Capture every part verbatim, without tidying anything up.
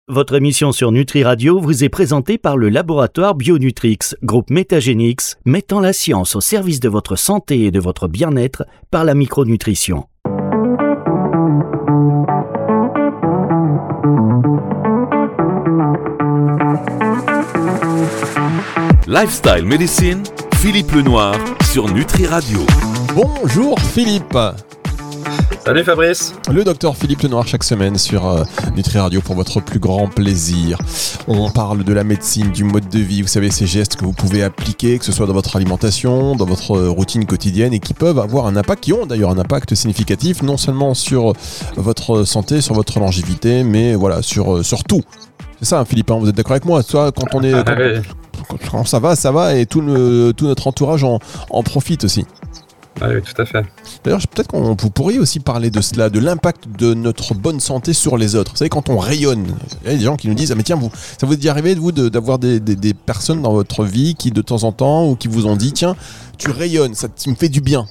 Votre émission sur Nutri Radio vous est présentée par le laboratoire Bionutrix, groupe Métagénix, mettant la science au service de votre santé et de votre bien-être par la micronutrition. Lifestyle Medicine, Philippe Lenoir sur Nutri Radio. Bonjour Philippe. Salut Fabrice. Le docteur Philippe Lenoir chaque semaine sur euh, Nutri Radio pour votre plus grand plaisir. On parle de la médecine, du mode de vie, vous savez, ces gestes que vous pouvez appliquer, que ce soit dans votre alimentation, dans votre routine quotidienne et qui peuvent avoir un impact, qui ont d'ailleurs un impact significatif, non seulement sur votre santé, sur votre longévité, mais voilà, sur, sur tout. C'est ça, Philippe, hein, vous êtes d'accord avec moi? Soit quand on est... Ah, quand, oui. quand, quand ça va, ça va, et tout, le, tout notre entourage en, en profite aussi. Ah oui, tout à fait. D'ailleurs, peut-être qu'on vous pourriez aussi parler de cela, de l'impact de notre bonne santé sur les autres. Vous savez, quand on rayonne, il y a des gens qui nous disent « Ah mais tiens, vous, ça vous est déjà arrivé de vous de, d'avoir des, des, des personnes dans votre vie qui de temps en temps, ou qui vous ont dit « Tiens, tu rayonnes, ça tu me fait du bien ».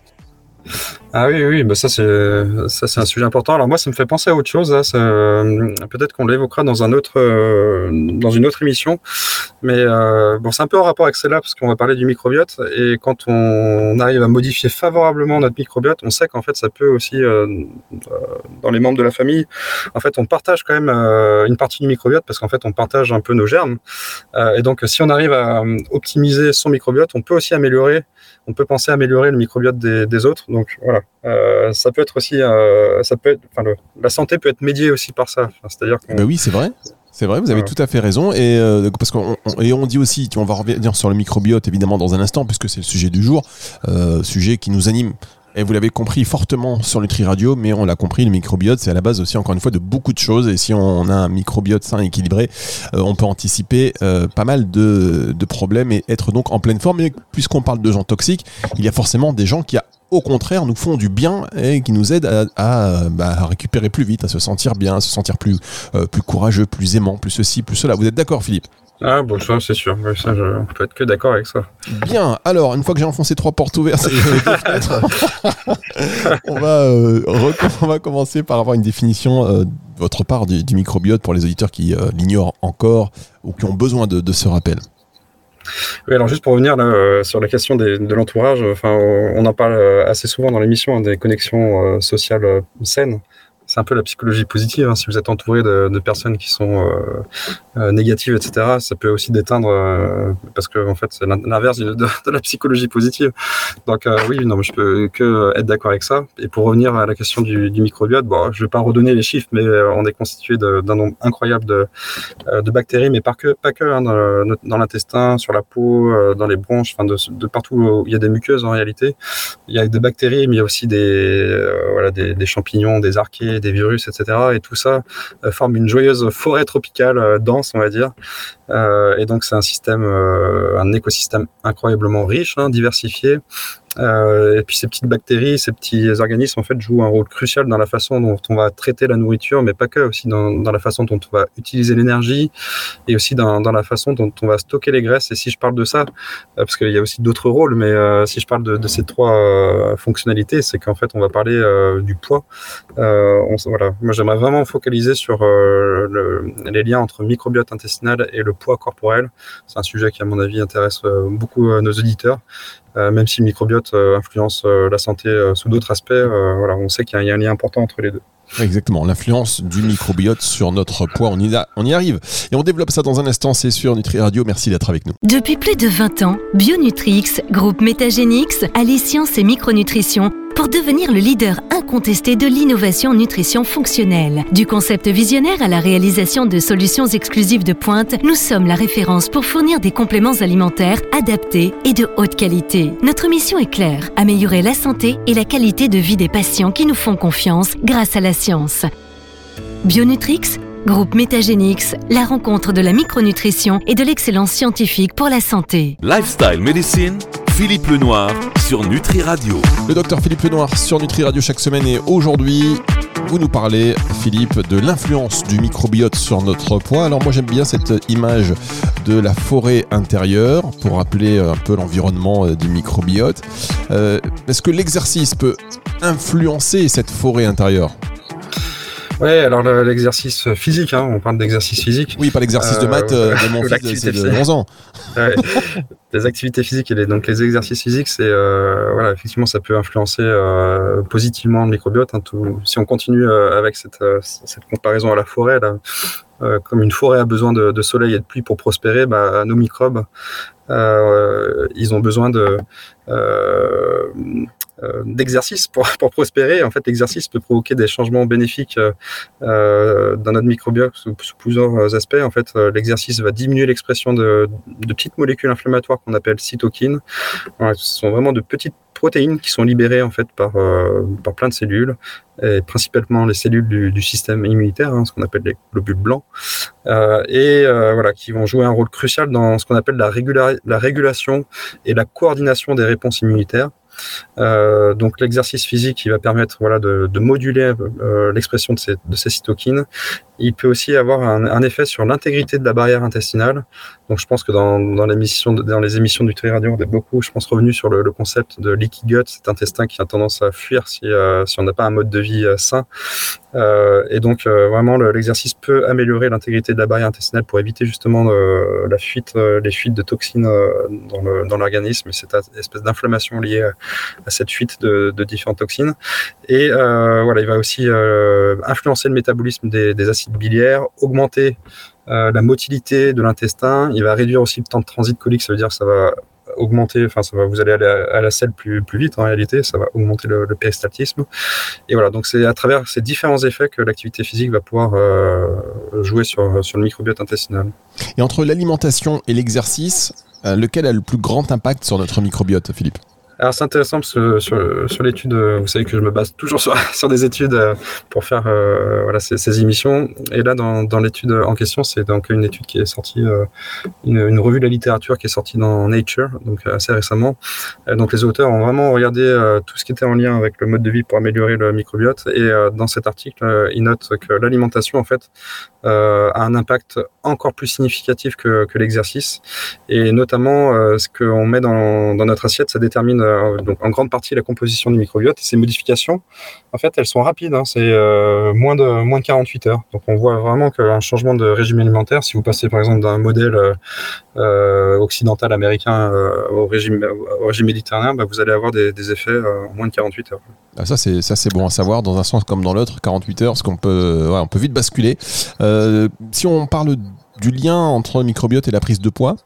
Ah oui, oui, bah ça c'est ça c'est un sujet important. Alors moi, ça me fait penser à autre chose. Là. Ça, euh, peut-être qu'on l'évoquera dans un autre, euh, dans une autre émission. Mais euh, bon, c'est un peu en rapport avec celle-là parce qu'on va parler du microbiote. Et quand on arrive à modifier favorablement notre microbiote, on sait qu'en fait, ça peut aussi, euh, dans les membres de la famille, en fait, on partage quand même euh, une partie du microbiote parce qu'en fait, on partage un peu nos germes. Euh, et donc, si on arrive à optimiser son microbiote, on peut aussi améliorer. On peut penser à améliorer le microbiote des, des autres. Donc voilà, euh, ça peut être aussi, euh, ça peut être, enfin, le, la santé peut être médiée aussi par ça. Enfin, c'est-à-dire qu'on... Ben oui, c'est vrai. C'est vrai, vous avez voilà. tout à fait raison. Et euh, parce qu'on on, et on dit aussi, on va revenir sur le microbiote évidemment dans un instant, puisque c'est le sujet du jour, euh, sujet qui nous anime. Et vous l'avez compris fortement sur Nutri Radio, mais on l'a compris, le microbiote, c'est à la base aussi, encore une fois, de beaucoup de choses. Et si on a un microbiote sain et équilibré, euh, on peut anticiper euh, pas mal de, de problèmes et être donc en pleine forme. Et puisqu'on parle de gens toxiques, il y a forcément des gens qui, au contraire, nous font du bien et qui nous aident à, à, bah, à récupérer plus vite, à se sentir bien, à se sentir plus, euh, plus courageux, plus aimant, plus ceci, plus cela. Vous êtes d'accord, Philippe ? Ah bon, ça c'est sûr, ça, je ne peux être que d'accord avec ça. Bien, alors une fois que j'ai enfoncé trois portes ouvertes et deux fenêtres, on, va, euh, rec- on va commencer par avoir une définition euh, de votre part du, du microbiote pour les auditeurs qui euh, l'ignorent encore ou qui ont besoin de, de ce rappel. Oui, alors juste pour revenir là, euh, sur la question des, de l'entourage, enfin, on en parle assez souvent dans l'émission, hein, des connexions euh, sociales euh, saines. C'est un peu la psychologie positive. Hein. Si vous êtes entouré de, de personnes qui sont euh, euh, négatives, et cetera, ça peut aussi déteindre, euh, parce que en fait, c'est l'inverse de, de, de la psychologie positive. Donc euh, oui, non, mais je peux que être d'accord avec ça. Et pour revenir à la question du, du microbiote, bon, je vais pas redonner les chiffres, mais euh, on est constitué de, d'un nombre incroyable de, euh, de bactéries, mais pas que, pas que hein, dans, dans l'intestin, sur la peau, euh, dans les bronches, enfin de, de partout où il y a des muqueuses en réalité. Il y a des bactéries, mais il y a aussi des, euh, voilà, des, des champignons, des archées, des virus, et cetera. Et tout ça euh, forme une joyeuse forêt tropicale euh, dense, on va dire. Euh, et donc c'est un système, euh, un écosystème incroyablement riche, hein, diversifié. Euh, et puis ces petites bactéries, ces petits organismes en fait jouent un rôle crucial dans la façon dont on va traiter la nourriture, mais pas que, aussi dans, dans la façon dont on va utiliser l'énergie et aussi dans, dans la façon dont on va stocker les graisses. Et si je parle de ça, euh, parce qu'il y a aussi d'autres rôles, mais euh, si je parle de, de ces trois euh, fonctionnalités, c'est qu'en fait on va parler euh, du poids. Euh, on, voilà, moi j'aimerais vraiment focaliser sur euh, le, les liens entre microbiote intestinal et le poids corporel. C'est un sujet qui à mon avis intéresse euh, beaucoup euh, nos auditeurs. Euh, même si le microbiote euh, influence euh, la santé euh, sous d'autres aspects, euh, voilà, on sait qu'il y a, il y a un lien important entre les deux. Exactement, l'influence du microbiote sur notre poids, on y, a, on y arrive. Et on développe ça dans un instant, c'est sur Nutri Radio, merci d'être avec nous. Depuis plus de vingt ans, Bionutrix, groupe Métagénix, allie science et micronutrition pour devenir le leader incontesté de l'innovation nutrition fonctionnelle. Du concept visionnaire à la réalisation de solutions exclusives de pointe, nous sommes la référence pour fournir des compléments alimentaires adaptés et de haute qualité. Notre mission est claire, améliorer la santé et la qualité de vie des patients qui nous font confiance grâce à la science. Bionutrix, groupe Métagénix, la rencontre de la micronutrition et de l'excellence scientifique pour la santé. Lifestyle Medicine, Philippe Lenoir sur Nutri Radio. Le docteur Philippe Lenoir sur Nutri Radio chaque semaine et aujourd'hui, vous nous parlez, Philippe, de l'influence du microbiote sur notre poids. Alors moi j'aime bien cette image de la forêt intérieure pour rappeler un peu l'environnement du microbiote. Euh, est-ce que l'exercice peut influencer cette forêt intérieure ? Ouais, alors le, l'exercice physique, hein, on parle d'exercice physique. Oui, pas l'exercice euh, de maths euh, de mon fils, c'est de onze ans. Ouais, les activités physiques et les, donc les exercices physiques, c'est euh, voilà, effectivement, ça peut influencer euh, positivement le microbiote. Hein, tout, si on continue euh, avec cette, euh, cette comparaison à la forêt, là, euh, comme une forêt a besoin de, de soleil et de pluie pour prospérer, bah, nos microbes, euh, ils ont besoin de euh, Euh, d'exercice pour, pour prospérer. En fait, l'exercice peut provoquer des changements bénéfiques euh, euh, dans notre microbiote sous, sous plusieurs aspects. En fait, euh, l'exercice va diminuer l'expression de, de petites molécules inflammatoires qu'on appelle cytokines. Voilà, ce sont vraiment de petites protéines qui sont libérées en fait par, euh, par plein de cellules, et principalement les cellules du, du système immunitaire, hein, ce qu'on appelle les globules blancs, euh, et euh, voilà, qui vont jouer un rôle crucial dans ce qu'on appelle la, régula- la régulation et la coordination des réponses immunitaires. Euh, donc l'exercice physique, il va permettre voilà, de, de moduler euh, l'expression de ces, de ces cytokines. Il peut aussi avoir un, un effet sur l'intégrité de la barrière intestinale. Donc je pense que dans, dans, l'émission de, dans les émissions du Nutri Radio, on est beaucoup, je pense, revenu sur le, le concept de leaky gut, cet intestin qui a tendance à fuir si, euh, si on n'a pas un mode de vie euh, sain. Euh, et donc euh, vraiment le, l'exercice peut améliorer l'intégrité de la barrière intestinale pour éviter justement euh, la fuite, euh, les fuites de toxines euh, dans, le, dans l'organisme et cette espèce d'inflammation liée à, à cette fuite de, de différentes toxines. Et euh, voilà, il va aussi euh, influencer le métabolisme des, des acides biliaires, augmenter euh, la motilité de l'intestin. Il va réduire aussi le temps de transit colique, ça veut dire que ça va augmenter, enfin ça va, vous allez aller à, à la selle plus, plus vite en réalité, ça va augmenter le, le péristaltisme. Et voilà, donc c'est à travers ces différents effets que l'activité physique va pouvoir euh, jouer sur, sur le microbiote intestinal. Et entre l'alimentation et l'exercice, euh, lequel a le plus grand impact sur notre microbiote, Philippe ? Alors c'est intéressant parce que sur, sur l'étude, vous savez que je me base toujours sur, sur des études pour faire euh, voilà, ces, ces émissions. Et là, dans, dans l'étude en question, c'est donc une étude qui est sortie, euh, une, une revue de la littérature qui est sortie dans Nature, donc assez récemment. Euh, donc les auteurs ont vraiment regardé euh, tout ce qui était en lien avec le mode de vie pour améliorer le microbiote. Et euh, dans cet article, euh, ils notent que l'alimentation, en fait, euh, a un impact encore plus significatif que, que l'exercice. Et notamment, euh, ce qu'on met dans, dans notre assiette, ça détermine donc en grande partie la composition du microbiote. Et ces modifications, en fait, elles sont rapides, hein, c'est euh, moins de moins de quarante-huit heures. Donc on voit vraiment qu'un changement de régime alimentaire, si vous passez par exemple d'un modèle euh, occidental américain euh, au régime au régime méditerranéen, bah, vous allez avoir des, des effets euh, en moins de quarante-huit heures. Ah, ça c'est ça c'est bon à savoir dans un sens comme dans l'autre, quarante-huit heures, parce qu'on peut ouais, on peut vite basculer. Euh, si on parle du lien entre le microbiote et la prise de poids.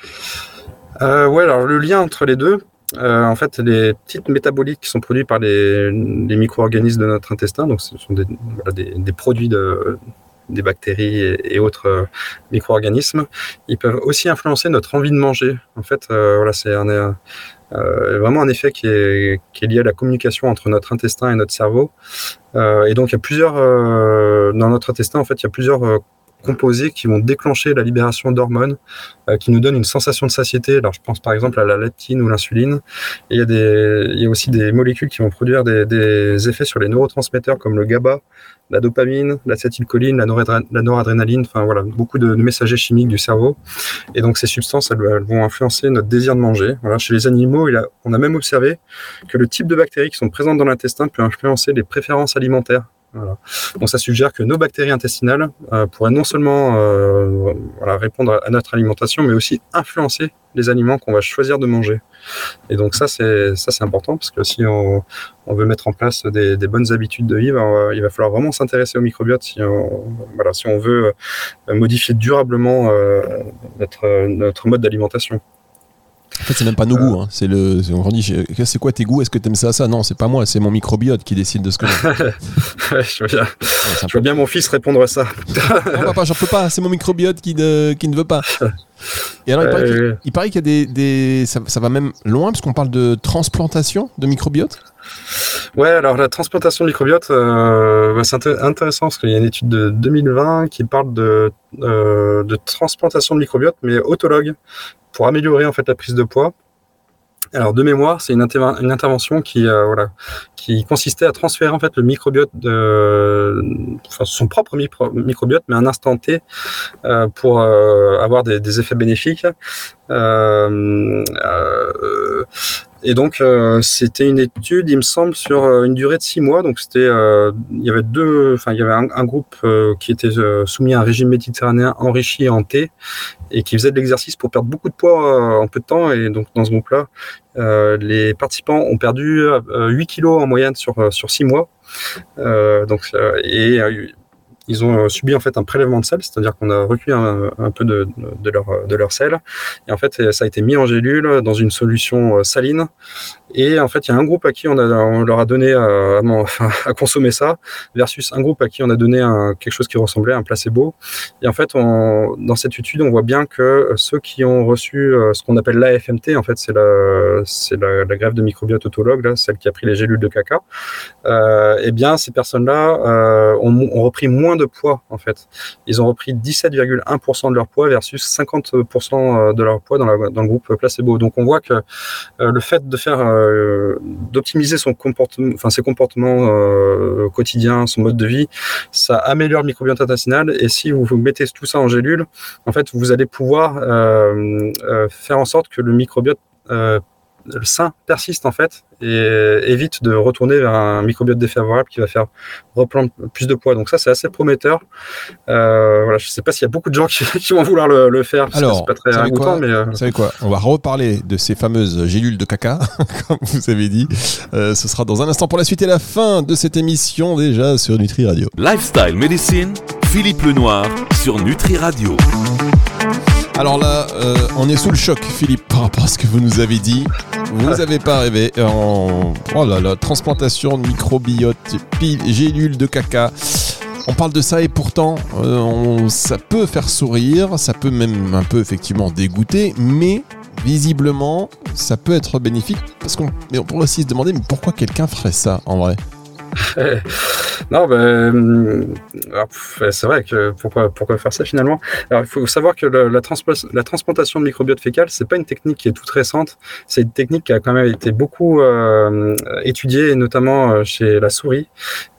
Euh, ouais, alors le lien entre les deux. Euh, en fait, les petites métabolites qui sont produits par les, les micro-organismes de notre intestin, donc ce sont des, voilà, des, des produits de, des bactéries et, et autres euh, micro-organismes, ils peuvent aussi influencer notre envie de manger. En fait, euh, voilà, c'est un, euh, vraiment un effet qui est, qui est lié à la communication entre notre intestin et notre cerveau. Euh, et donc, il y a plusieurs, euh, dans notre intestin, en fait, il y a plusieurs euh, composés qui vont déclencher la libération d'hormones euh, qui nous donnent une sensation de satiété. Alors je pense par exemple à la leptine ou l'insuline. Et il y a des, il y a aussi des molécules qui vont produire des, des effets sur les neurotransmetteurs comme le GABA, la dopamine, l'acétylcholine, la, noradré- la noradrénaline. Enfin voilà, beaucoup de, de messagers chimiques du cerveau. Et donc ces substances, elles, elles vont influencer notre désir de manger. Voilà, chez les animaux, il a, on a même observé que le type de bactéries qui sont présentes dans l'intestin peut influencer les préférences alimentaires. Voilà. Donc ça suggère que nos bactéries intestinales euh, pourraient non seulement euh, voilà, répondre à notre alimentation, mais aussi influencer les aliments qu'on va choisir de manger. Et donc ça c'est ça c'est important parce que si on, on veut mettre en place des, des bonnes habitudes de vie, ben, il va falloir vraiment s'intéresser au microbiote si on, voilà, si on veut modifier durablement euh, notre, notre mode d'alimentation. En fait, c'est même pas nos euh... goûts. Hein. C'est le, c'est, on dit, c'est quoi tes goûts ? Est-ce que t'aimes ça, ça ? Non, c'est pas moi, c'est mon microbiote qui décide de ce que j'aime. Ouais, je vois bien. Ouais, je vois bien mon fils répondre à ça. Non, papa, j'en peux pas. C'est mon microbiote qui ne, qui ne veut pas. Et alors, il paraît, euh... qu'il, il paraît qu'il y a des, des ça, ça va même loin parce qu'on parle de transplantation de microbiote. Ouais, alors la transplantation de microbiote, euh, bah, c'est int- intéressant parce qu'il y a une étude de deux mille vingt qui parle de, euh, de transplantation de microbiote, mais autologue, pour améliorer en fait la prise de poids. Alors de mémoire, c'est une, inter- une intervention qui, euh, voilà, qui consistait à transférer en fait le microbiote, de, enfin son propre micro- microbiote, mais à un instant T, euh, pour euh, avoir des, des effets bénéfiques. Euh, euh, Et donc euh, c'était une étude, il me semble, sur euh, une durée de six mois. Donc c'était, euh, il y avait deux, enfin il y avait un, un groupe euh, qui était euh, soumis à un régime méditerranéen enrichi en thé et qui faisait de l'exercice pour perdre beaucoup de poids euh, en peu de temps. Et donc dans ce groupe-là, euh, les participants ont perdu euh, huit kilos en moyenne sur euh, sur six mois. Euh, donc euh, et euh, ils ont subi en fait un prélèvement de sel, c'est-à-dire qu'on a recueilli un, un peu de, de leur de leur sel, et en fait ça a été mis en gélule dans une solution saline. Et en fait, il y a un groupe à qui on, a, on leur a donné à, enfin, à consommer ça, versus un groupe à qui on a donné un, quelque chose qui ressemblait à un placebo. Et en fait, on, dans cette étude, on voit bien que ceux qui ont reçu ce qu'on appelle l'A F M T, en fait, c'est la, c'est la, la greffe de microbiote autologue, là, celle qui a pris les gélules de caca. Euh, eh bien, ces personnes-là euh, ont, ont repris moins de poids, en fait. Ils ont repris dix-sept virgule un pour cent de leur poids versus cinquante pour cent de leur poids dans, la, dans le groupe placebo. Donc, on voit que euh, le fait de faire euh, d'optimiser son comportement, enfin ses comportements euh, quotidiens, son mode de vie, ça améliore le microbiote intestinal. Et si vous, vous mettez tout ça en gélule, en fait, vous allez pouvoir euh, euh, faire en sorte que le microbiote euh, le sain persiste en fait et évite de retourner vers un microbiote défavorable qui va faire reprendre plus de poids. Donc ça, c'est assez prometteur. Euh, voilà, je sais pas s'il y a beaucoup de gens qui, qui vont vouloir le, le faire parce Alors, que c'est pas très ragoûtant, mais euh... vous savez quoi, on va reparler de ces fameuses gélules de caca, comme vous avez dit. Euh, ce sera dans un instant pour la suite et la fin de cette émission déjà sur Nutri Radio. Lifestyle Medicine, Philippe Lenoir sur Nutri Radio. Alors là, euh, on est sous le choc, Philippe, par rapport à ce que vous nous avez dit. Vous n'avez pas rêvé en oh là là, transplantation de microbiote, pile, gélules de caca. On parle de ça et pourtant, euh, on, ça peut faire sourire, ça peut même un peu effectivement dégoûter, mais visiblement, ça peut être bénéfique. Parce qu'on, mais on pourrait aussi se demander, mais pourquoi quelqu'un ferait ça en vrai ? Non, ben, c'est vrai que pourquoi, pourquoi faire ça finalement ? Alors, il faut savoir que la, la, transpa- la transplantation de microbiote fécal, c'est pas une technique qui est toute récente. C'est une technique qui a quand même été beaucoup euh, étudiée, notamment chez la souris,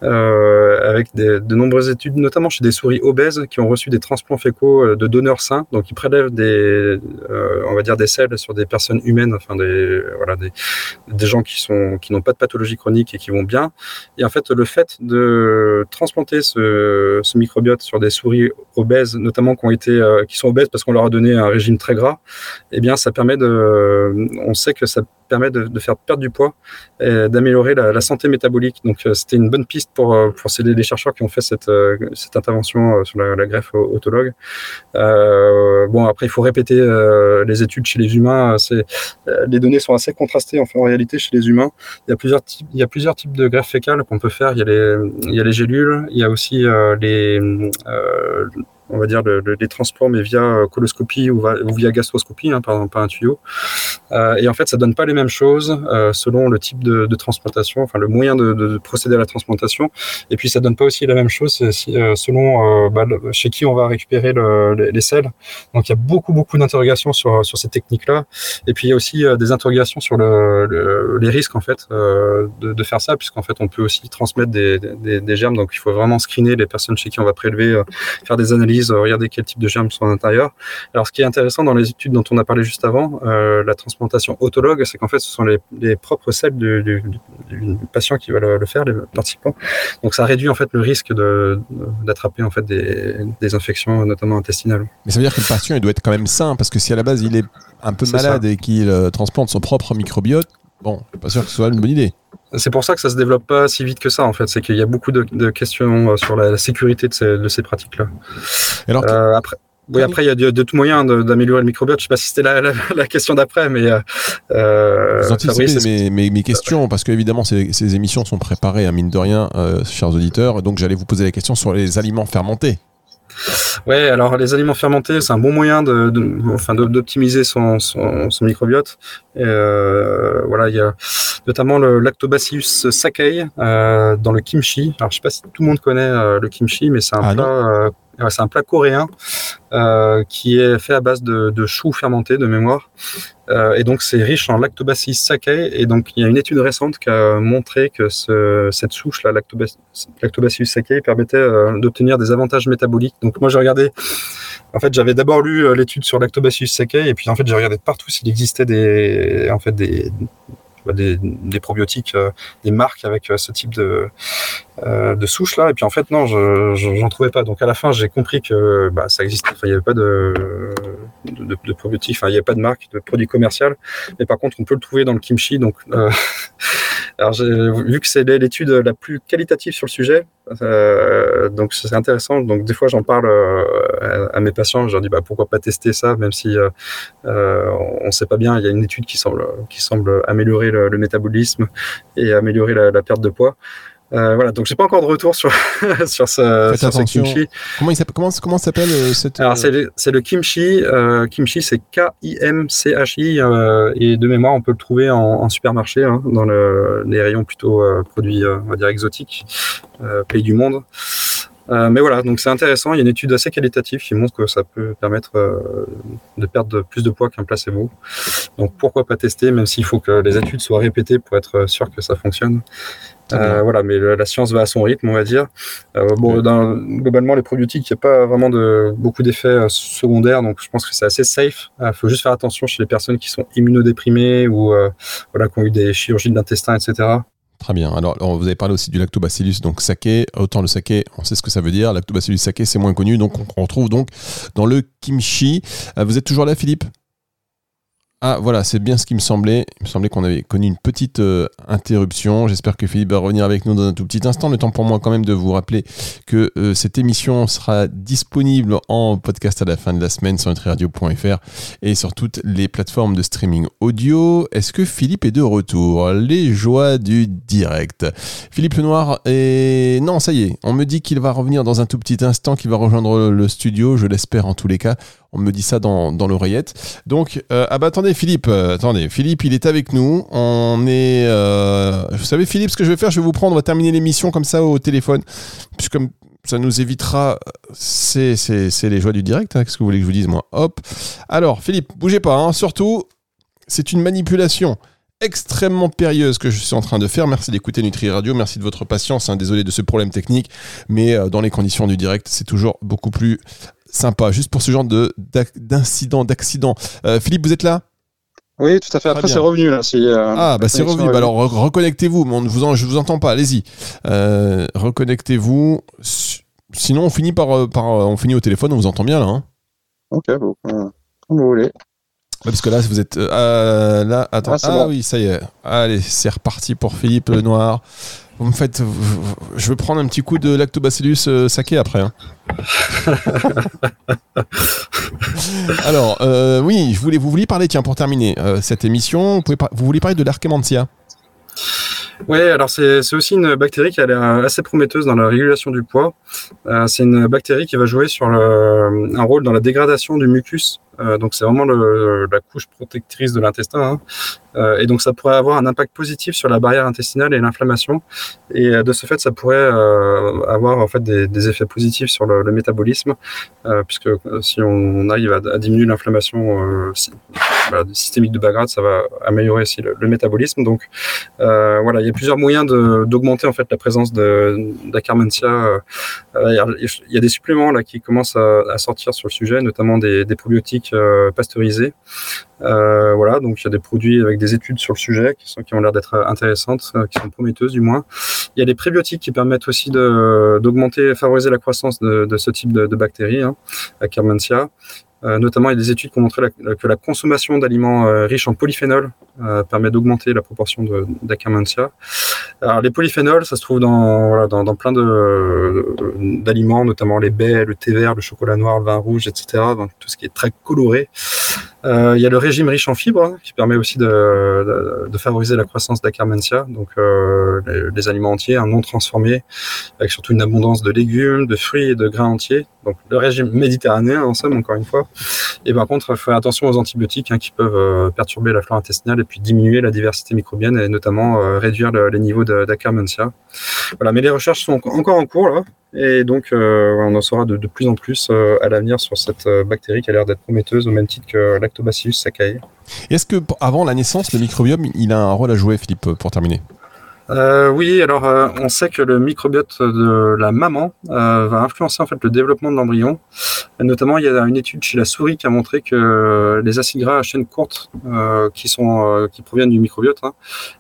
euh, avec des, de nombreuses études, notamment chez des souris obèses qui ont reçu des transplants fécaux de donneurs sains. Donc, ils prélèvent des, euh, on va dire des selles sur des personnes humaines, enfin des, voilà, des, des gens qui sont, qui n'ont pas de pathologie chronique et qui vont bien. Et en fait, le fait de transplanter ce, ce microbiote sur des souris obèses, notamment qui ont été, euh, qui sont obèses parce qu'on leur a donné un régime très gras, eh bien, ça permet de, on sait que ça permet de, de faire perdre du poids et d'améliorer la, la santé métabolique. Donc, euh, c'était une bonne piste pour pour ces, les chercheurs qui ont fait cette euh, cette intervention euh, sur la, la greffe autologue. Euh, bon, après, il faut répéter euh, les études chez les humains. C'est, euh, les données sont assez contrastées en, fait, en réalité chez les humains. Il y a plusieurs types, il y a plusieurs types de greffes fécales qu'on peut faire. Il y a les il y a les gélules, il y a aussi euh, les euh, on va dire le, le, les transplants, mais via coloscopie ou, va, ou via gastroscopie, hein, par, par un tuyau. Euh, et en fait, ça donne pas les mêmes choses euh, selon le type de, de transplantation, enfin le moyen de, de, de procéder à la transplantation. Et puis, ça donne pas aussi la même chose si, euh, selon euh, bah, chez qui on va récupérer le, les, les selles. Donc, il y a beaucoup, beaucoup d'interrogations sur sur ces techniques-là. Et puis, il y a aussi euh, des interrogations sur le, le, les risques en fait euh, de, de faire ça, puisqu'en fait, on peut aussi transmettre des, des, des germes. Donc, il faut vraiment screener les personnes chez qui on va prélever, euh, faire des analyses. Regardez quel type de germes sont à l'intérieur. Alors, ce qui est intéressant dans les études dont on a parlé juste avant, euh, la transplantation autologue, c'est qu'en fait, ce sont les, les propres selles du, du, du patient qui va le, le faire, les participants. Donc, ça réduit en fait le risque de, d'attraper en fait des, des infections, notamment intestinales. Mais ça veut dire que le patient, il doit être quand même sain, parce que si à la base il est un peu c'est malade ça. Et qu'il euh, transplante son propre microbiote, bon, je suis pas sûr que ce soit une bonne idée. C'est pour ça que ça se développe pas si vite que ça, en fait. C'est qu'il y a beaucoup de, de questions sur la, la sécurité de ces, de ces pratiques-là. Alors, euh, après, oui, après, il y a de, de tout moyen de, d'améliorer le microbiote. Je sais pas si c'était la, la, la question d'après, mais euh, vous anticipez oui, mes, mes, mes questions, parce qu'évidemment, ces, ces émissions sont préparées, à mine de rien, euh, chers auditeurs. Donc, j'allais vous poser la question sur les aliments fermentés. Ouais, alors les aliments fermentés, c'est un bon moyen de, de enfin de, d'optimiser son, son, son microbiote. Et euh, voilà, il y a notamment le Lactobacillus sakei euh, dans le kimchi. Alors je sais pas si tout le monde connaît euh, le kimchi, mais c'est un ah, plat, euh, c'est un plat coréen euh, qui est fait à base de, de choux fermentés de mémoire. Euh, et donc c'est riche en Lactobacillus sakei. Et donc il y a une étude récente qui a montré que ce, cette souche, la Lactobacillus, Lactobacillus sakei, permettait euh, d'obtenir des avantages métaboliques. Donc moi j'ai regardé, en fait j'avais d'abord lu euh, l'étude sur Lactobacillus sakei, et puis en fait j'ai regardé de partout s'il existait des, en fait des trouver des, des probiotiques, euh, des marques avec euh, ce type de, euh, de souche là. Et puis en fait, non, je, je, j'en trouvais pas. Donc à la fin, j'ai compris que bah, ça existait. Enfin, il n'y avait pas de, de, de, de probiotiques, enfin, il n'y avait pas de marque, de produit commercial. Mais par contre, on peut le trouver dans le kimchi. Donc, euh, alors, j'ai vu que c'est l'étude la plus qualitative sur le sujet. Euh, donc c'est intéressant. Donc des fois j'en parle euh, à, à mes patients, je leur dis bah pourquoi pas tester ça, même si euh, euh, on ne sait pas bien. Il y a une étude qui semble qui semble améliorer le, le métabolisme et améliorer la, la perte de poids. Euh, voilà, donc j'ai pas encore de retour sur sur ce, sur ce kimchi. Comment il s'appelle, comment, comment s'appelle euh, cette Alors c'est le, c'est le kimchi. Euh, kimchi, c'est K I M C H I euh, et de mémoire, on peut le trouver en, en supermarché, hein, dans le, les rayons plutôt euh, produits, euh, on va dire exotiques, euh, pays du monde. Euh, mais voilà, donc c'est intéressant. Il y a une étude assez qualitative qui montre que ça peut permettre euh, de perdre plus de poids qu'un placebo. Donc pourquoi pas tester, même s'il faut que les études soient répétées pour être sûr que ça fonctionne. Euh, voilà, mais le, la science va à son rythme, on va dire. Euh, bon, dans, globalement, les probiotiques, il n'y a pas vraiment de beaucoup d'effets euh, secondaires, donc je pense que c'est assez safe. Il euh, faut juste faire attention chez les personnes qui sont immunodéprimées ou euh, voilà, qui ont eu des chirurgies de l'intestin, et cetera. Très bien. Alors, vous avez parlé aussi du lactobacillus, donc saké. Autant le saké, on sait ce que ça veut dire. Lactobacillus saké, c'est moins connu, donc on retrouve donc dans le kimchi. Euh, vous êtes toujours là, Philippe ? Ah voilà, c'est bien ce qui me semblait. Il me semblait qu'on avait connu une petite euh, interruption. J'espère que Philippe va revenir avec nous dans un tout petit instant. Le temps pour moi quand même de vous rappeler que euh, cette émission sera disponible en podcast à la fin de la semaine sur nutri radio point f r et sur toutes les plateformes de streaming audio. Est-ce que Philippe est de retour ? Les joies du direct. Philippe Lenoir est... Non, ça y est, on me dit qu'il va revenir dans un tout petit instant, qu'il va rejoindre le studio, je l'espère en tous les cas. On me dit ça dans, dans l'oreillette. Donc, euh, ah bah attendez, Philippe, euh, attendez, Philippe, il est avec nous. On est, euh, vous savez, Philippe, ce que je vais faire, je vais vous prendre, on va terminer l'émission comme ça au téléphone, puisque comme ça nous évitera, c'est, c'est, c'est les joies du direct. Hein, qu'est-ce que vous voulez que je vous dise, moi ? Hop. Alors, Philippe, bougez pas. Hein, surtout, c'est une manipulation extrêmement périlleuse que je suis en train de faire. Merci d'écouter Nutri Radio, merci de votre patience. Hein, désolé de ce problème technique, mais euh, dans les conditions du direct, c'est toujours beaucoup plus sympa, juste pour ce genre de, d'incident, d'accident. Euh, Philippe, vous êtes là ? Oui, tout à fait. Après, c'est revenu là. C'est, euh, ah, bah c'est revenu. Bah, alors, re- reconnectez-vous. Mais on ne vous en, je ne vous entends pas. Allez-y. Euh, reconnectez-vous. Sinon, on finit par, par, on finit au téléphone. On vous entend bien là. Hein. Ok, bon, comme vous voulez. Ouais, parce que là, vous êtes euh, là. Attends. Ah, ah bon. Oui, ça y est. Allez, c'est reparti pour Philippe Lenoir. Vous me faites. Je veux prendre un petit coup de lactobacillus euh, saké après. Hein. Alors, euh, oui, je voulais, vous vouliez parler, tiens, pour terminer euh, cette émission, vous, pouvez par, vous vouliez parler de l'Archemantia. Oui, alors c'est, c'est aussi une bactérie qui a l'air assez prometteuse dans la régulation du poids. Euh, c'est une bactérie qui va jouer sur le, un rôle dans la dégradation du mucus. Euh, donc c'est vraiment le, la couche protectrice de l'intestin. Hein. Euh, et donc ça pourrait avoir un impact positif sur la barrière intestinale et l'inflammation. Et euh, de ce fait, ça pourrait euh, avoir en fait des, des effets positifs sur le, le métabolisme, euh, puisque si on arrive à, à diminuer l'inflammation euh, si, bah, systémique de bas grade, ça va améliorer aussi le, le métabolisme. Donc euh, voilà, il y a plusieurs moyens de, d'augmenter en fait la présence de, d'Akkermansia. Euh, il y a des suppléments là qui commencent à, à sortir sur le sujet, notamment des, des probiotiques euh, pasteurisés. Euh, voilà, donc il y a des produits avec des études sur le sujet qui, sont, qui ont l'air d'être intéressantes, euh, qui sont prometteuses du moins. Il y a des prébiotiques qui permettent aussi de, d'augmenter, favoriser la croissance de, de ce type de, de bactéries, hein, Akkermansia. Euh, notamment, il y a des études qui ont montré la, que la consommation d'aliments euh, riches en polyphénols euh, permet d'augmenter la proportion de, d'Akkermansia. Alors, les polyphénols, ça se trouve dans, voilà, dans, dans plein de, d'aliments, notamment les baies, le thé vert, le chocolat noir, le vin rouge, et cetera. Donc, tout ce qui est très coloré. Euh, il y a le régime riche en fibres hein, qui permet aussi de, de, de favoriser la croissance d'Akkermansia. Donc, euh, les, les aliments entiers, hein, non transformés, avec surtout une abondance de légumes, de fruits et de grains entiers. Donc, le régime méditerranéen, en somme, encore une fois. Et par contre, il faut faire attention aux antibiotiques hein, qui peuvent euh, perturber la flore intestinale et puis diminuer la diversité microbienne et notamment euh, réduire le, les niveaux de, d'Akkermansia. Voilà, mais les recherches sont encore en cours là. Et donc, euh, on en saura de, de plus en plus euh, à l'avenir sur cette euh, bactérie qui a l'air d'être prometteuse au même titre que Lactobacillus sakei. Est-ce que avant la naissance, le microbiome, il a un rôle à jouer, Philippe, pour terminer ? Euh, oui, alors euh, on sait que le microbiote de la maman euh, va influencer en fait le développement de l'embryon. Et notamment, il y a une étude chez la souris qui a montré que les acides gras à chaîne courte, euh, qui sont euh, qui proviennent du microbiote, hein,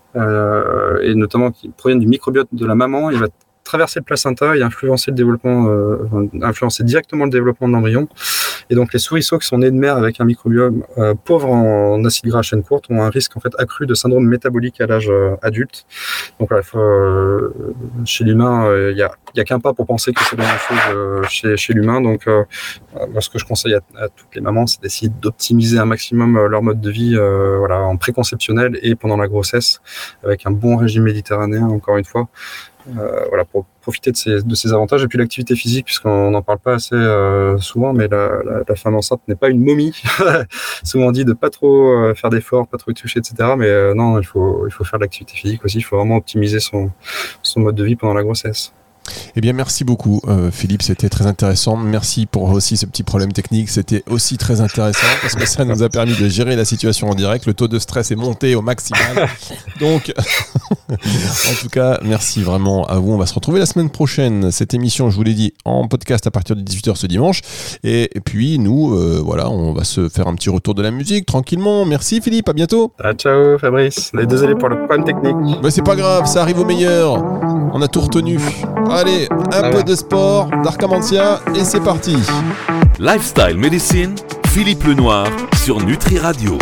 euh, et notamment qui proviennent du microbiote de la maman. Il va traverser le placenta et influencer le développement, euh, influencer directement le développement de l'embryon. Et donc les souriceaux qui sont nés de mère avec un microbiome euh, pauvre en acides gras à chaîne courte ont un risque en fait accru de syndrome métabolique à l'âge euh, adulte. Donc voilà, faut, euh, chez l'humain, il euh, y a, y a qu'un pas pour penser que c'est la même chose euh, chez, chez l'humain. Donc euh, moi, ce que je conseille à, à toutes les mamans, c'est d'essayer d'optimiser un maximum euh, leur mode de vie, euh, voilà, en préconceptionnel et pendant la grossesse, avec un bon régime méditerranéen, encore une fois. Euh, voilà, pour profiter de ces, de ces avantages. Et puis l'activité physique, puisqu'on n'en parle pas assez euh, souvent, mais la, la, la femme enceinte n'est pas une momie. Souvent dit de pas trop euh, faire d'efforts, pas trop y toucher, et cetera. Mais euh, non, il faut, il faut faire de l'activité physique aussi. Il faut vraiment optimiser son, son mode de vie pendant la grossesse. Eh bien, merci beaucoup, euh, Philippe. C'était très intéressant. Merci pour aussi ce petit problème technique. C'était aussi très intéressant parce que ça nous a permis de gérer la situation en direct. Le taux de stress est monté au maximal. Donc, en tout cas, merci vraiment à vous. On va se retrouver la semaine prochaine. Cette émission, je vous l'ai dit, en podcast à partir de dix-huit heures ce dimanche. Et, et puis, nous, euh, voilà, on va se faire un petit retour de la musique tranquillement. Merci, Philippe. À bientôt. Ah, ciao, Fabrice. Désolé pour le problème technique. Mais c'est pas grave, ça arrive au meilleur. On a tout retenu. Allez, un ah peu ouais. de sport, d'Arcamantia, et c'est parti. Lifestyle Medicine, Philippe Lenoir sur Nutri Radio.